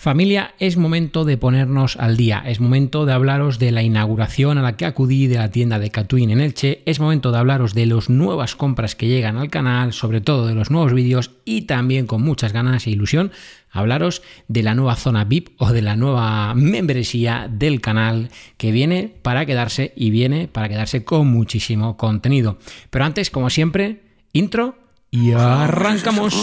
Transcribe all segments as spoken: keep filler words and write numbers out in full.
Familia, es momento de ponernos al día, es momento de hablaros de la inauguración a la que acudí de la tienda de Catwin en Elche, es momento de hablaros de las nuevas compras que llegan al canal, sobre todo de los nuevos vídeos y también con muchas ganas e ilusión hablaros de la nueva zona V I P o de la nueva membresía del canal que viene para quedarse y viene para quedarse con muchísimo contenido. Pero antes, como siempre, intro y arrancamos.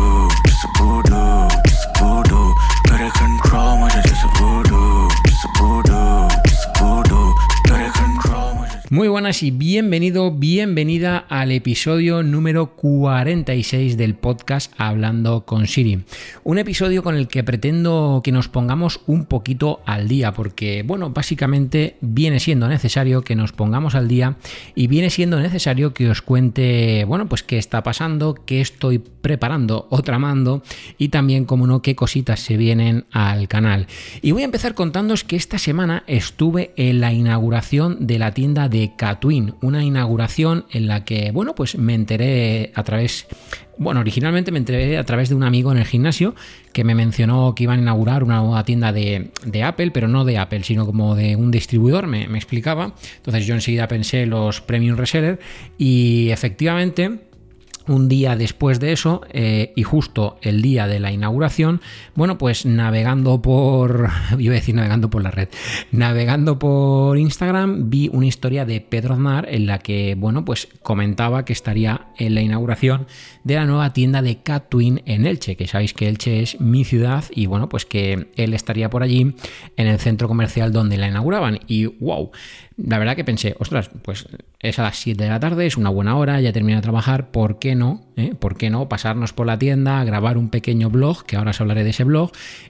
Muy buenas y bienvenido, bienvenida al episodio número cuarenta y seis del podcast Hablando con Siri. Un episodio con el que pretendo que nos pongamos un poquito al día porque, bueno, básicamente viene siendo necesario que nos pongamos al día y viene siendo necesario que os cuente, bueno, pues qué está pasando, qué estoy preparando o tramando y también, como no, qué cositas se vienen al canal. Y voy a empezar contándoos que esta semana estuve en la inauguración de la tienda de Catwin, una inauguración en la que, bueno, pues me enteré a través, bueno, originalmente me enteré a través de un amigo en el gimnasio que me mencionó que iban a inaugurar una nueva tienda de, de Apple, pero no de Apple, sino como de un distribuidor, me, me explicaba. Entonces yo enseguida pensé los Premium Reseller y efectivamente un día después de eso, eh, y justo el día de la inauguración, bueno, pues navegando por, iba a decir navegando por la red, navegando por Instagram, vi una historia de Pedro Aznar en la que, bueno, pues comentaba que estaría en la inauguración de la nueva tienda de Catwin en Elche, que sabéis que Elche es mi ciudad y, bueno, pues que él estaría por allí en el centro comercial donde la inauguraban y wow. La verdad que pensé, ostras, pues es a las siete de la tarde, es una buena hora, ya termina de trabajar, ¿por qué no? ¿Eh? ¿Por qué no pasarnos por la tienda, grabar un pequeño blog, que ahora os hablaré de ese blog,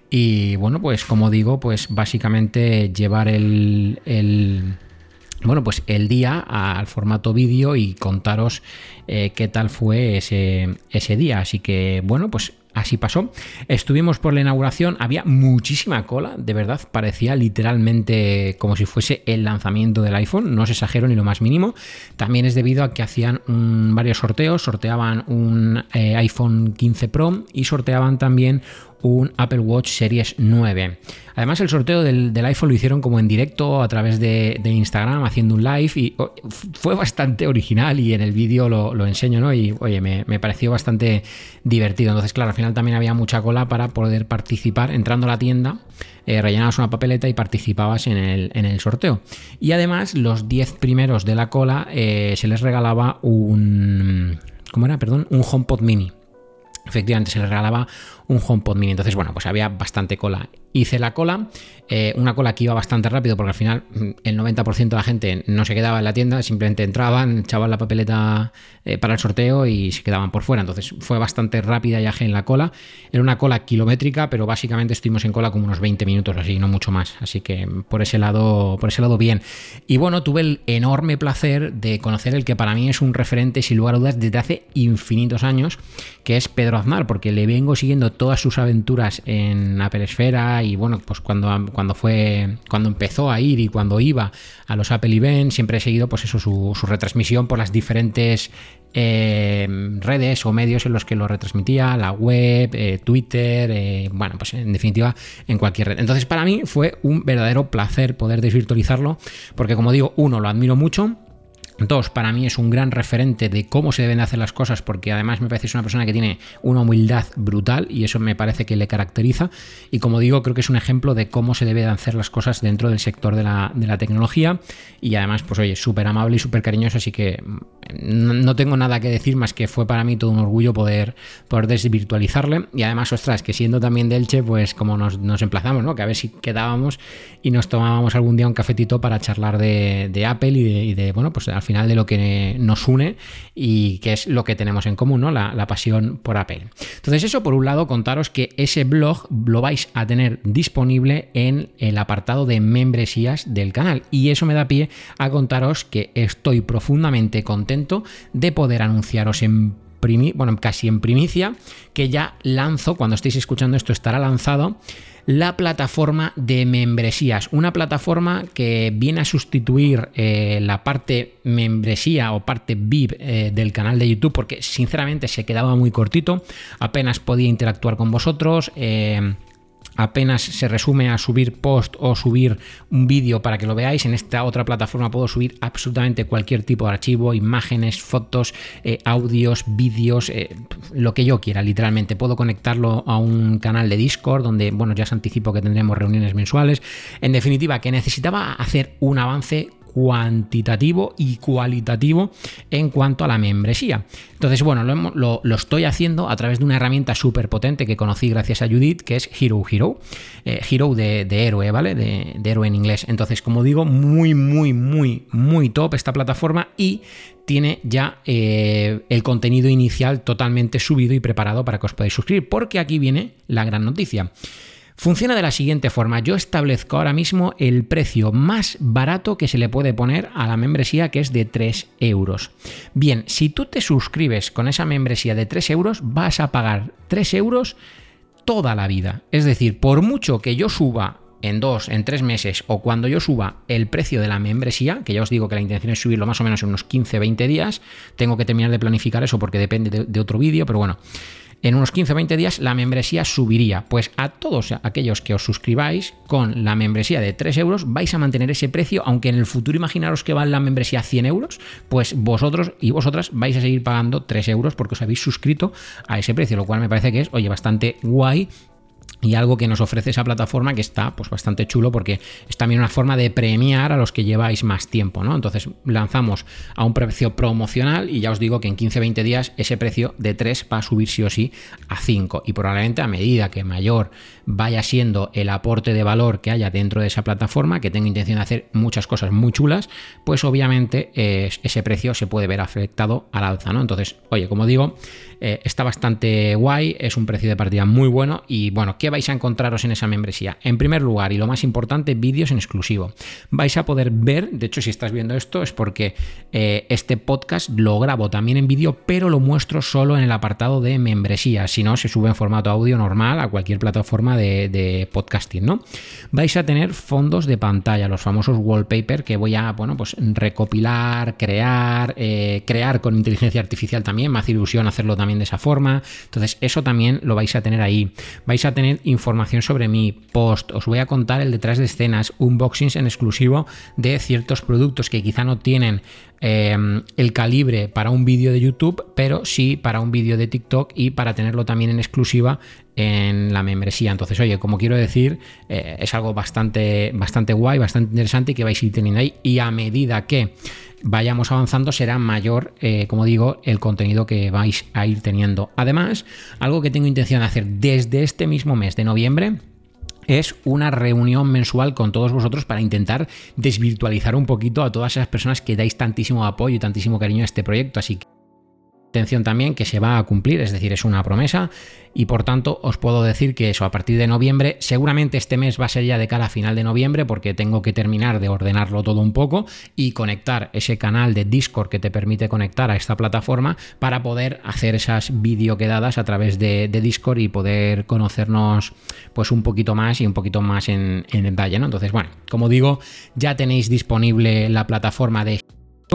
y bueno, pues como digo, pues básicamente llevar el... el Bueno, pues el día al formato vídeo y contaros eh, qué tal fue ese, ese día. Así que, bueno, pues así pasó. Estuvimos por la inauguración, había muchísima cola, de verdad, parecía literalmente como si fuese el lanzamiento del iPhone, no os exagero ni lo más mínimo. También es debido a que hacían un, varios sorteos, sorteaban un eh, iPhone quince Pro y sorteaban también un Apple Watch Series nueve. Además, el sorteo del, del iPhone lo hicieron como en directo a través de, de Instagram, haciendo un live, y oh, fue bastante original y en el vídeo lo, lo enseño, ¿no? Y oye, me, me pareció bastante divertido. Entonces, claro, al final también había mucha cola para poder participar. Entrando a la tienda, eh, rellenabas una papeleta y participabas en el, en el sorteo. Y además, los diez primeros de la cola eh, se les regalaba un... ¿Cómo era? Perdón, un HomePod Mini. Efectivamente, se les regalaba un HomePod Mini. Entonces, bueno, pues había bastante cola. Hice la cola, eh, una cola que iba bastante rápido porque al final el noventa por ciento de la gente no se quedaba en la tienda, simplemente entraban, echaban la papeleta eh, para el sorteo y se quedaban por fuera. Entonces fue bastante rápida ya en la cola. Era una cola kilométrica, pero básicamente estuvimos en cola como unos veinte minutos así, no mucho más. Así que por ese lado, por ese lado bien. Y bueno, tuve el enorme placer de conocer el que para mí es un referente, sin lugar a dudas, desde hace infinitos años, que es Pedro Aznar, porque le vengo siguiendo todas sus aventuras en Apple Esfera. Y bueno, pues cuando, cuando fue cuando empezó a ir y cuando iba a los Apple Events, siempre he seguido pues eso, su, su retransmisión por las diferentes eh, redes o medios en los que lo retransmitía, la web, eh, Twitter, eh, bueno, pues en definitiva en cualquier red. Entonces para mí fue un verdadero placer poder desvirtualizarlo, porque como digo, uno, lo admiro mucho. Dos, para mí es un gran referente de cómo se deben hacer las cosas, porque además me parece que es una persona que tiene una humildad brutal y eso me parece que le caracteriza. Y como digo, creo que es un ejemplo de cómo se deben hacer las cosas dentro del sector de la, de la tecnología. Y además, pues oye, súper amable y súper cariñoso, así que no, no tengo nada que decir más que fue para mí todo un orgullo poder, poder desvirtualizarle. Y además, ostras, que siendo también de Elche, pues como nos, nos emplazamos, ¿no? Que a ver si quedábamos y nos tomábamos algún día un cafetito para charlar de, de Apple y de, y de, bueno, pues al final de lo que nos une y que es lo que tenemos en común, ¿no? La, la pasión por Apple. Entonces eso, por un lado, contaros que ese blog lo vais a tener disponible en el apartado de membresías del canal y eso me da pie a contaros que estoy profundamente contento de poder anunciaros en primi- bueno, casi en primicia que ya lanzo, cuando estéis escuchando esto estará lanzado, la plataforma de membresías, una plataforma que viene a sustituir eh, la parte membresía o parte V I P eh, del canal de YouTube, porque sinceramente se quedaba muy cortito, apenas podía interactuar con vosotros. eh, apenas se resume a subir post o subir un vídeo para que lo veáis. En esta otra plataforma puedo subir absolutamente cualquier tipo de archivo, imágenes, fotos, eh, audios, vídeos, eh, lo que yo quiera, literalmente. Puedo conectarlo a un canal de Discord donde, bueno, ya os anticipo que tendremos reuniones mensuales. En definitiva, que necesitaba hacer un avance cuantitativo y cualitativo en cuanto a la membresía. Entonces, bueno, lo, lo, lo estoy haciendo a través de una herramienta súper potente que conocí gracias a Judith, que es Hero Hero. Eh, Hero de, de héroe, ¿vale? De, de héroe en inglés. Entonces, como digo, muy, muy, muy, muy top esta plataforma y tiene ya eh, el contenido inicial totalmente subido y preparado para que os podáis suscribir, porque aquí viene la gran noticia. Funciona de la siguiente forma: yo establezco ahora mismo el precio más barato que se le puede poner a la membresía, que es de tres euros. Bien, si tú te suscribes con esa membresía de tres euros, vas a pagar tres euros toda la vida. Es decir, por mucho que yo suba en dos, en tres meses o cuando yo suba el precio de la membresía, que ya os digo que la intención es subirlo más o menos en unos quince a veinte días, tengo que terminar de planificar eso porque depende de, de otro vídeo, pero bueno, en unos quince a veinte días la membresía subiría. Pues a todos aquellos que os suscribáis con la membresía de tres euros vais a mantener ese precio, aunque en el futuro imaginaros que va la membresía cien euros, pues vosotros y vosotras vais a seguir pagando tres euros porque os habéis suscrito a ese precio, lo cual me parece que es, oye, bastante guay. Y algo que nos ofrece esa plataforma que está pues bastante chulo, porque es también una forma de premiar a los que lleváis más tiempo, ¿no? Entonces lanzamos a un precio promocional y ya os digo que en quince a veinte días ese precio de tres va a subir sí o sí a cinco, y probablemente a medida que mayor vaya siendo el aporte de valor que haya dentro de esa plataforma, que tengo intención de hacer muchas cosas muy chulas, pues obviamente eh, ese precio se puede ver afectado al alza, ¿no? Entonces, oye, como digo, eh, está bastante guay, es un precio de partida muy bueno. Y bueno, ¿qué vais a encontraros en esa membresía? En primer lugar, y lo más importante, vídeos en exclusivo. Vais a poder ver, de hecho, si estás viendo esto es porque eh, este podcast lo grabo también en vídeo, pero lo muestro solo en el apartado de membresía. Si no, se sube en formato audio normal a cualquier plataforma de, de podcasting, ¿no? Vais a tener fondos de pantalla, los famosos wallpaper, que voy a, bueno, pues recopilar, crear, eh, crear con inteligencia artificial también. Me hace ilusión hacerlo también de esa forma. Entonces, eso también lo vais a tener ahí. Vais a tener información sobre mi post, os voy a contar el detrás de escenas, unboxings en exclusivo de ciertos productos que quizá no tienen eh, el calibre para un vídeo de YouTube, pero sí para un vídeo de TikTok, y para tenerlo también en exclusiva en la membresía. Entonces, oye, como quiero decir, eh, es algo bastante, bastante guay, bastante interesante, y que vais a ir teniendo ahí, y a medida que vayamos avanzando será mayor, eh, como digo, el contenido que vais a ir teniendo. Además, algo que tengo intención de hacer desde este mismo mes de noviembre es una reunión mensual con todos vosotros para intentar desvirtualizar un poquito a todas esas personas que dais tantísimo apoyo y tantísimo cariño a este proyecto. Así que atención también, que se va a cumplir, es decir, es una promesa, y por tanto os puedo decir que eso, a partir de noviembre, seguramente este mes va a ser ya de cara a final de noviembre, porque tengo que terminar de ordenarlo todo un poco y conectar ese canal de Discord que te permite conectar a esta plataforma para poder hacer esas videoquedadas a través de, de Discord y poder conocernos pues un poquito más y un poquito más en, en detalle, ¿no? Entonces, bueno, como digo, ya tenéis disponible la plataforma de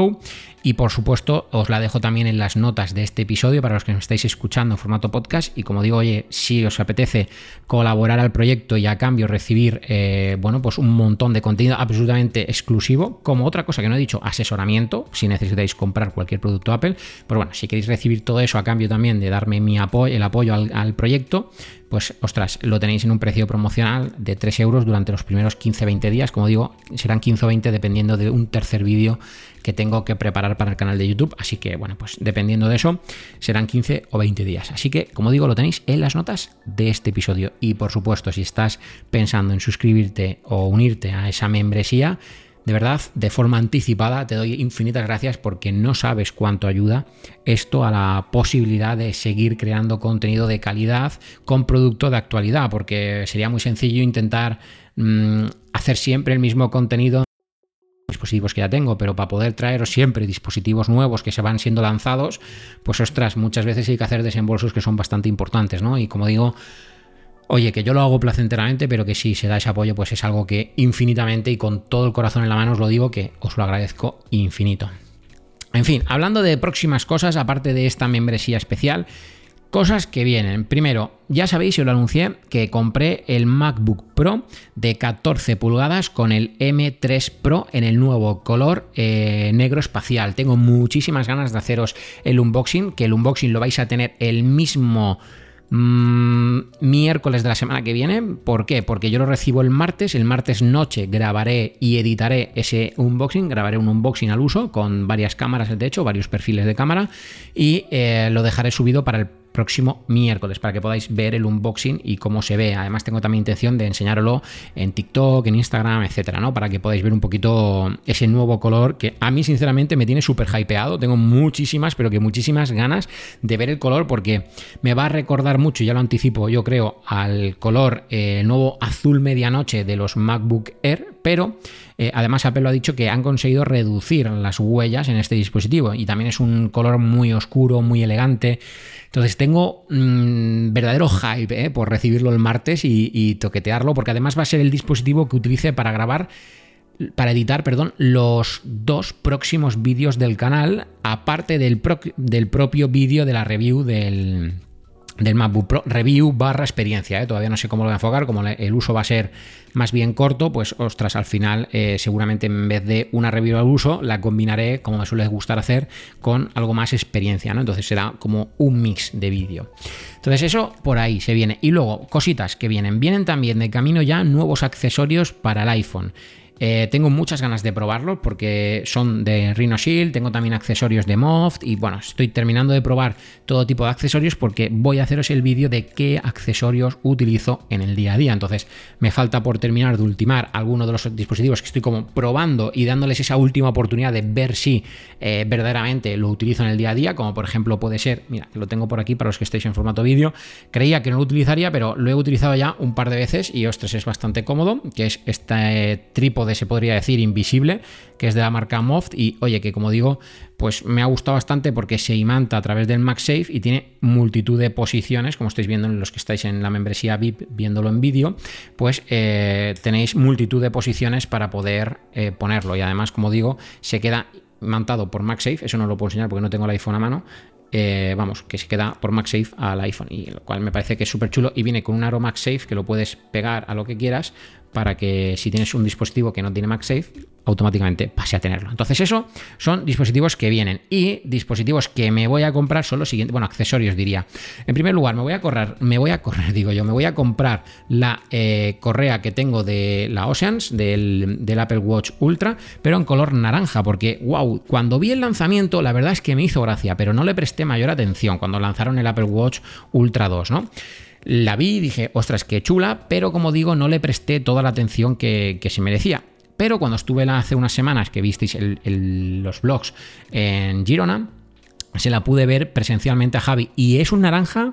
y por supuesto os la dejo también en las notas de este episodio para los que me estáis escuchando en formato podcast. Y como digo, oye, si os apetece colaborar al proyecto y a cambio recibir eh, bueno, pues un montón de contenido absolutamente exclusivo, como otra cosa que no he dicho, asesoramiento, si necesitáis comprar cualquier producto Apple, pero bueno, si queréis recibir todo eso a cambio también de darme mi apoyo, el apoyo al, al proyecto, pues ostras, lo tenéis en un precio promocional de tres euros durante los primeros quince a veinte días. Como digo, serán quince o veinte dependiendo de un tercer vídeo que tengo que preparar para el canal de YouTube, así que bueno, pues dependiendo de eso serán quince o veinte días. Así que, como digo, lo tenéis en las notas de este episodio. Y por supuesto, si estás pensando en suscribirte o unirte a esa membresía, de verdad, de forma anticipada, te doy infinitas gracias, porque no sabes cuánto ayuda esto a la posibilidad de seguir creando contenido de calidad con producto de actualidad, porque sería muy sencillo intentar mmm, hacer siempre el mismo contenido dispositivos que ya tengo, pero para poder traeros siempre dispositivos nuevos que se van siendo lanzados, pues ostras, muchas veces hay que hacer desembolsos que son bastante importantes, ¿no? Y como digo, oye, que yo lo hago placenteramente, pero que si se da ese apoyo, pues es algo que infinitamente y con todo el corazón en la mano os lo digo, que os lo agradezco infinito. En fin, hablando de próximas cosas, aparte de esta membresía especial, Cosas que vienen. Primero, ya sabéis, yo lo anuncié, que compré el MacBook Pro de catorce pulgadas con el M tres Pro en el nuevo color eh, negro espacial. Tengo muchísimas ganas de haceros el unboxing, que el unboxing lo vais a tener el mismo mmm, miércoles de la semana que viene. ¿Por qué? Porque yo lo recibo el martes, el martes noche grabaré y editaré ese unboxing, grabaré un unboxing al uso con varias cámaras, de hecho, varios perfiles de cámara, y eh, lo dejaré subido para el próximo miércoles para que podáis ver el unboxing y cómo se ve. Además tengo también intención de enseñarlo en TikTok, en Instagram, etcétera, ¿no? Para que podáis ver un poquito ese nuevo color que a mí sinceramente me tiene súper hypeado. Tengo muchísimas, pero que muchísimas ganas de ver el color porque me va a recordar mucho, ya lo anticipo yo creo, al color eh, nuevo azul medianoche de los MacBook Air, pero eh, además Apple lo ha dicho que han conseguido reducir las huellas en este dispositivo y también es un color muy oscuro, muy elegante. Entonces tengo mmm, verdadero hype eh, por recibirlo el martes y, y toquetearlo, porque además va a ser el dispositivo que utilice para grabar, para editar, perdón, los dos próximos vídeos del canal, aparte del, pro, del propio vídeo de la review del... del MacBook Pro, review barra experiencia, ¿eh? Todavía no sé cómo lo voy a enfocar, como el uso va a ser más bien corto, pues ostras, al final eh, seguramente en vez de una review al uso, la combinaré, como me suele gustar hacer, con algo más experiencia, ¿no? Entonces será como un mix de vídeo. Entonces eso por ahí se viene. Y luego, cositas que vienen. Vienen también de camino ya nuevos accesorios para el iPhone. Eh, tengo muchas ganas de probarlo porque son de Rhino Shield, tengo también accesorios de Moft y bueno, estoy terminando de probar todo tipo de accesorios porque voy a haceros el vídeo de qué accesorios utilizo en el día a día. Entonces me falta por terminar de ultimar alguno de los dispositivos que estoy como probando y dándoles esa última oportunidad de ver si eh, verdaderamente lo utilizo en el día a día, como por ejemplo puede ser, mira, que lo tengo por aquí para los que estéis en formato vídeo, creía que no lo utilizaría, pero lo he utilizado ya un par de veces y ostras, es bastante cómodo, que es este trípode, se podría decir, invisible, que es de la marca Moft y oye, que como digo, pues me ha gustado bastante porque se imanta a través del MagSafe y tiene multitud de posiciones, como estáis viendo en los que estáis en la membresía V I P viéndolo en vídeo, pues eh, tenéis multitud de posiciones para poder eh, ponerlo y además, como digo, se queda imantado por MagSafe, eso no lo puedo enseñar porque no tengo el iPhone a mano. Eh, vamos, que se queda por MagSafe al iPhone, y lo cual me parece que es súper chulo y viene con un aro MagSafe que lo puedes pegar a lo que quieras para que si tienes un dispositivo que no tiene MagSafe automáticamente pase a tenerlo. Entonces eso son dispositivos que vienen y dispositivos que me voy a comprar son los siguientes, bueno, accesorios diría. En primer lugar me voy a correr, me voy a correr, digo yo, me voy a comprar la eh, correa que tengo de la Oceans, del, del Apple Watch Ultra, pero en color naranja, porque wow, cuando vi el lanzamiento la verdad es que me hizo gracia, pero no le presté mayor atención cuando lanzaron el Apple Watch Ultra dos, ¿no? La vi y dije, ostras, qué chula, pero como digo, no le presté toda la atención que, que se merecía. Pero cuando estuve hace unas semanas que visteis el, el, los vlogs en Girona, se la pude ver presencialmente a Javi y es un naranja,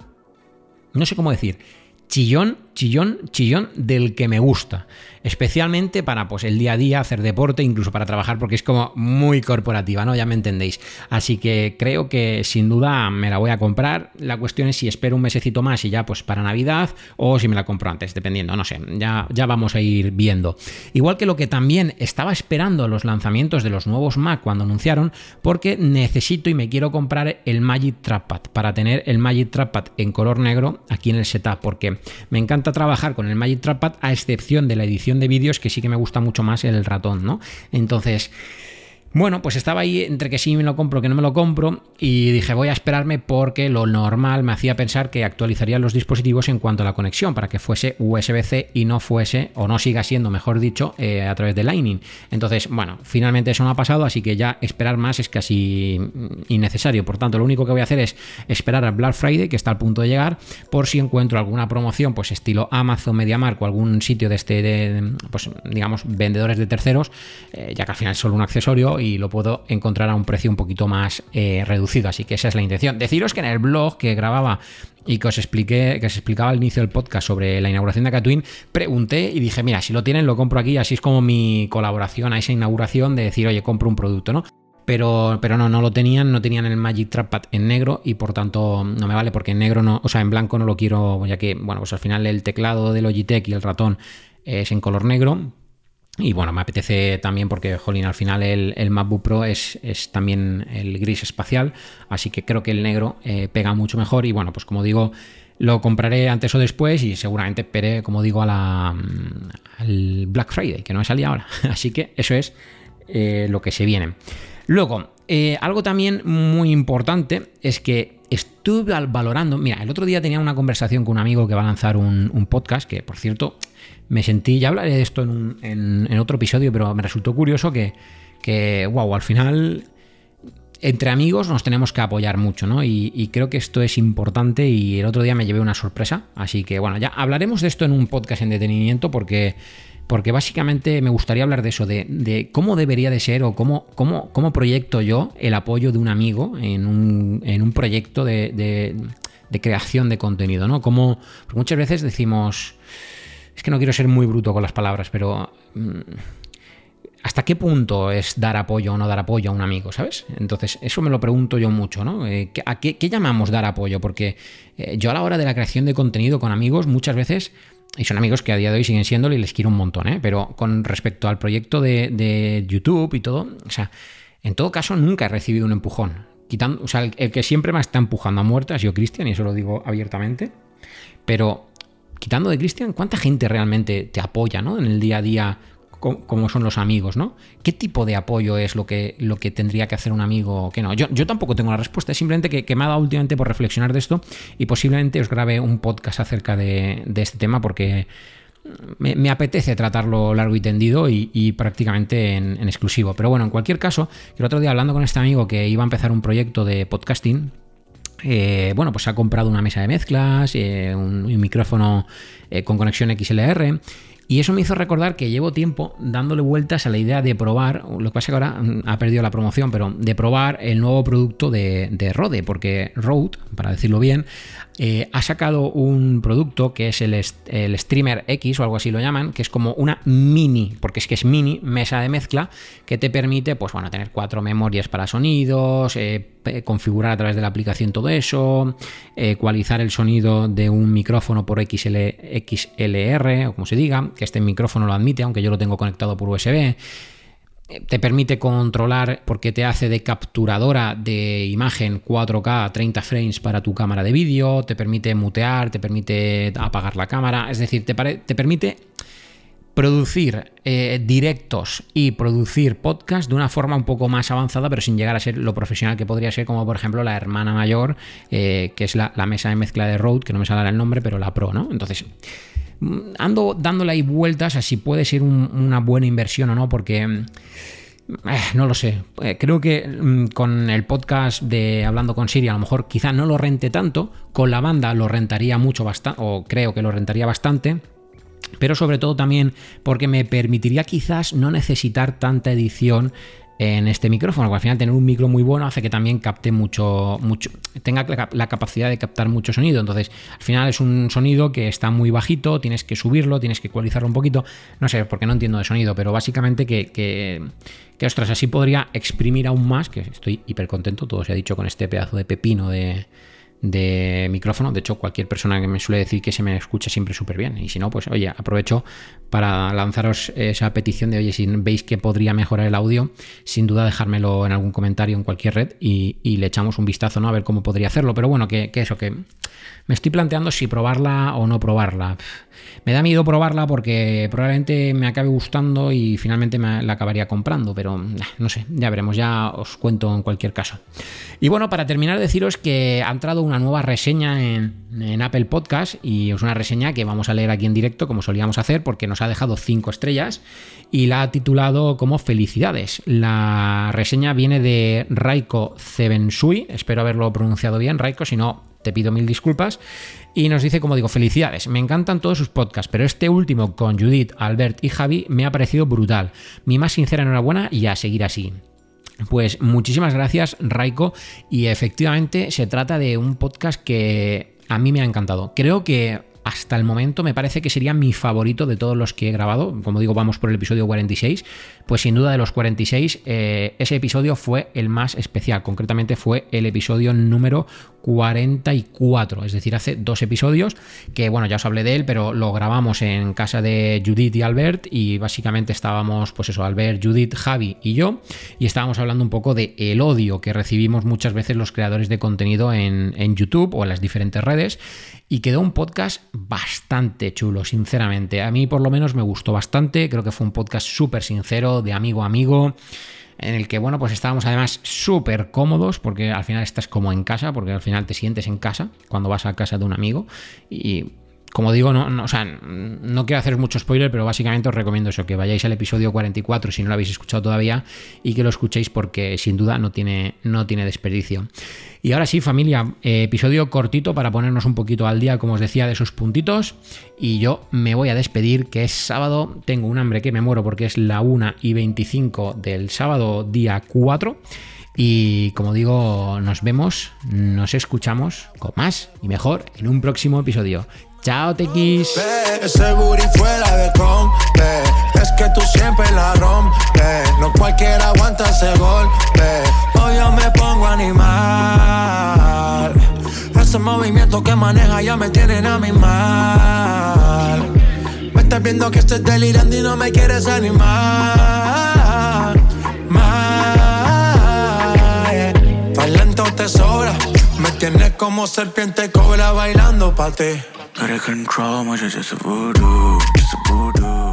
no sé cómo decir, chillón, chillón, chillón del que me gusta. Especialmente para pues el día a día, hacer deporte, incluso para trabajar, porque es como muy corporativa, ¿no? Ya me entendéis. Así que creo que sin duda me la voy a comprar. La cuestión es si espero un mesecito más y ya pues para Navidad o si me la compro antes, dependiendo, no sé, ya, ya vamos a ir viendo. Igual que lo que también estaba esperando los lanzamientos de los nuevos Mac cuando anunciaron, porque necesito y me quiero comprar el Magic Trackpad para tener el Magic Trackpad en color negro aquí en el setup, porque me encanta trabajar con el Magic Trackpad a excepción de la edición de vídeos, que sí que me gusta mucho más el ratón, ¿no? Entonces, bueno, pues estaba ahí entre que sí me lo compro, que no me lo compro, y dije voy a esperarme porque lo normal me hacía pensar que actualizaría los dispositivos en cuanto a la conexión para que fuese U S B C y no fuese, o no siga siendo, mejor dicho, eh, a través de Lightning. Entonces, bueno, finalmente eso no ha pasado, así que ya esperar más es casi innecesario. Por tanto, lo único que voy a hacer es esperar al Black Friday, que está al punto de llegar, por si encuentro alguna promoción, pues estilo Amazon, MediaMarkt o algún sitio de este, de, pues digamos, vendedores de terceros, eh, ya que al final es solo un accesorio y lo puedo encontrar a un precio un poquito más eh, reducido, así que esa es la intención. Deciros que en el blog que grababa y que os expliqué, que os explicaba al inicio del podcast sobre la inauguración de Katwin, pregunté y dije, mira, si lo tienen lo compro aquí, así es como mi colaboración a esa inauguración de decir, oye, compro un producto, ¿no? Pero, pero no, no lo tenían, no tenían el Magic Trackpad en negro y por tanto no me vale porque en negro no, o sea, en blanco no lo quiero, ya que, bueno, pues al final el teclado de Logitech y el ratón es en color negro. Y bueno, me apetece también porque, jolín, al final el, el MacBook Pro es, es también el gris espacial, así que creo que el negro eh, pega mucho mejor. Y bueno, pues como digo, lo compraré antes o después y seguramente esperé, como digo, a la, al Black Friday, que no me salía ahora. Así que eso es eh, lo que se viene. Luego, eh, algo también muy importante es que estuve valorando... Mira, el otro día tenía una conversación con un amigo que va a lanzar un, un podcast, que por cierto... Me sentí, ya hablaré de esto en, un, en, en otro episodio, pero me resultó curioso que, que, wow, al final entre amigos nos tenemos que apoyar mucho, ¿no? Y, y creo que esto es importante y el otro día me llevé una sorpresa, así que bueno, ya hablaremos de esto en un podcast en detenimiento porque, porque básicamente me gustaría hablar de eso, de, de cómo debería de ser o cómo, cómo, cómo proyecto yo el apoyo de un amigo en un, en un proyecto de, de, de creación de contenido, ¿no? Como, porque muchas veces decimos... Es que no quiero ser muy bruto con las palabras, pero ¿hasta qué punto es dar apoyo o no dar apoyo a un amigo, sabes? Entonces, eso me lo pregunto yo mucho, ¿no? ¿A qué, qué llamamos dar apoyo? Porque yo a la hora de la creación de contenido con amigos, muchas veces, y son amigos que a día de hoy siguen siendo y les quiero un montón, ¿eh? Pero con respecto al proyecto de, de YouTube y todo, o sea, en todo caso nunca he recibido un empujón. Quitando, o sea, el, el que siempre me está empujando a muerte ha sido Cristian, y eso lo digo abiertamente, pero... Quitando de Cristian, ¿cuánta gente realmente te apoya, ¿no? En el día a día, como son los amigos, ¿no? ¿Qué tipo de apoyo es lo que, lo que tendría que hacer un amigo o qué no? Yo, yo tampoco tengo la respuesta, es simplemente que, que me ha dado últimamente por reflexionar de esto y posiblemente os grabe un podcast acerca de, de este tema porque me, me apetece tratarlo largo y tendido y, y prácticamente en, en exclusivo. Pero bueno, en cualquier caso, el otro día hablando con este amigo que iba a empezar un proyecto de podcasting, Eh, bueno, pues ha comprado una mesa de mezclas, eh, un, un micrófono eh, con conexión X L R, y eso me hizo recordar que llevo tiempo dándole vueltas a la idea de probar, lo que pasa es que ahora ha perdido la promoción, pero de probar el nuevo producto de, de Rode, porque Rode, para decirlo bien, eh, ha sacado un producto que es el, el Streamer X o algo así lo llaman, que es como una mini, porque es que es mini mesa de mezcla que te permite, pues bueno, tener cuatro memorias para sonidos, eh, configurar a través de la aplicación todo eso, eh, ecualizar el sonido de un micrófono por X L R o como se diga, que este micrófono lo admite, aunque yo lo tengo conectado por U S B. Te permite controlar porque te hace de capturadora de imagen cuatro K treinta frames para tu cámara de vídeo, te permite mutear, te permite apagar la cámara, es decir, te, te permite producir eh, directos y producir podcast de una forma un poco más avanzada, pero sin llegar a ser lo profesional que podría ser, como por ejemplo la hermana mayor, eh, que es la, la mesa de mezcla de Rode, que no me sale el nombre, pero la Pro, ¿no? Entonces, ando dándole ahí vueltas a si puede ser un, una buena inversión o no, porque eh, no lo sé. Eh, creo que mm, con el podcast de Hablando con Siri, a lo mejor quizá no lo rente tanto, con la banda lo rentaría mucho bastante, o creo que lo rentaría bastante. Pero sobre todo también porque me permitiría quizás no necesitar tanta edición en este micrófono, porque al final tener un micro muy bueno hace que también capte mucho, mucho tenga la capacidad de captar mucho sonido. Entonces al final es un sonido que está muy bajito, tienes que subirlo, tienes que ecualizarlo un poquito, no sé, porque no entiendo de sonido, pero básicamente que, que, que ostras, así podría exprimir aún más, que estoy hiper contento, todo se ha dicho con este pedazo de pepino de de micrófono. De hecho, cualquier persona que me suele decir que se me escucha siempre súper bien, y si no, pues oye, aprovecho para lanzaros esa petición de oye, si veis que podría mejorar el audio, sin duda dejármelo en algún comentario en cualquier red y, y le echamos un vistazo, ¿no? A ver cómo podría hacerlo. Pero bueno, que, que eso, que me estoy planteando si probarla o no probarla. Me da miedo probarla porque probablemente me acabe gustando y finalmente me la acabaría comprando, pero no sé, ya veremos, ya os cuento en cualquier caso. Y bueno, para terminar, deciros que ha entrado una nueva reseña en, en Apple Podcast, y es una reseña que vamos a leer aquí en directo como solíamos hacer, porque nos ha dejado cinco estrellas y la ha titulado como Felicidades. La reseña viene de Raiko Zebensui, espero haberlo pronunciado bien, Raiko, si no te pido mil disculpas, y nos dice, como digo, felicidades, me encantan todos sus podcasts, pero este último con Judith, Albert y Javi me ha parecido brutal. Mi más sincera enhorabuena y a seguir así. Pues muchísimas gracias, Raiko, y efectivamente se trata de un podcast que a mí me ha encantado. Creo que hasta el momento me parece que sería mi favorito de todos los que he grabado. Como digo, vamos por el episodio cuarenta y seis, pues sin duda de los cuarenta y seis, eh, ese episodio fue el más especial. Concretamente fue el episodio número cuarenta y cuatro, es decir, hace dos episodios que, bueno, ya os hablé de él, pero lo grabamos en casa de Judith y Albert, y básicamente estábamos, pues eso, Albert, Judith, Javi y yo, y estábamos hablando un poco de el odio que recibimos muchas veces los creadores de contenido en, en YouTube o en las diferentes redes, y quedó un podcast bastante chulo, sinceramente. A mí por lo menos me gustó bastante, creo que fue un podcast súper sincero, de amigo a amigo, en el que, bueno, pues estábamos además súper cómodos, porque al final estás como en casa, porque al final te sientes en casa cuando vas a casa de un amigo. Y como digo, no, no, o sea, no quiero hacer mucho spoiler, pero básicamente os recomiendo eso, que vayáis al episodio cuarenta y cuatro si no lo habéis escuchado todavía, y que lo escuchéis porque sin duda no tiene, no tiene desperdicio. Y ahora sí, familia, eh, episodio cortito para ponernos un poquito al día, como os decía, de esos puntitos, y yo me voy a despedir, que es sábado, tengo un hambre que me muero porque es la una y veinticinco del sábado día cuatro, y como digo, nos vemos, nos escuchamos con más y mejor en un próximo episodio. Chao, tequis. Ese booty fuera de compre, es que tú siempre la rompes, no cualquiera aguanta ese golpe. Hoy yo me pongo animal, ese movimiento que maneja ya me tienen a mi mal. Me estás viendo que estoy delirando y no me quieres animar. Mal, pa' lento te sobra, me tienes como serpiente cobra bailando pa' ti. Got a control, my shit just a voodoo, just a voodoo.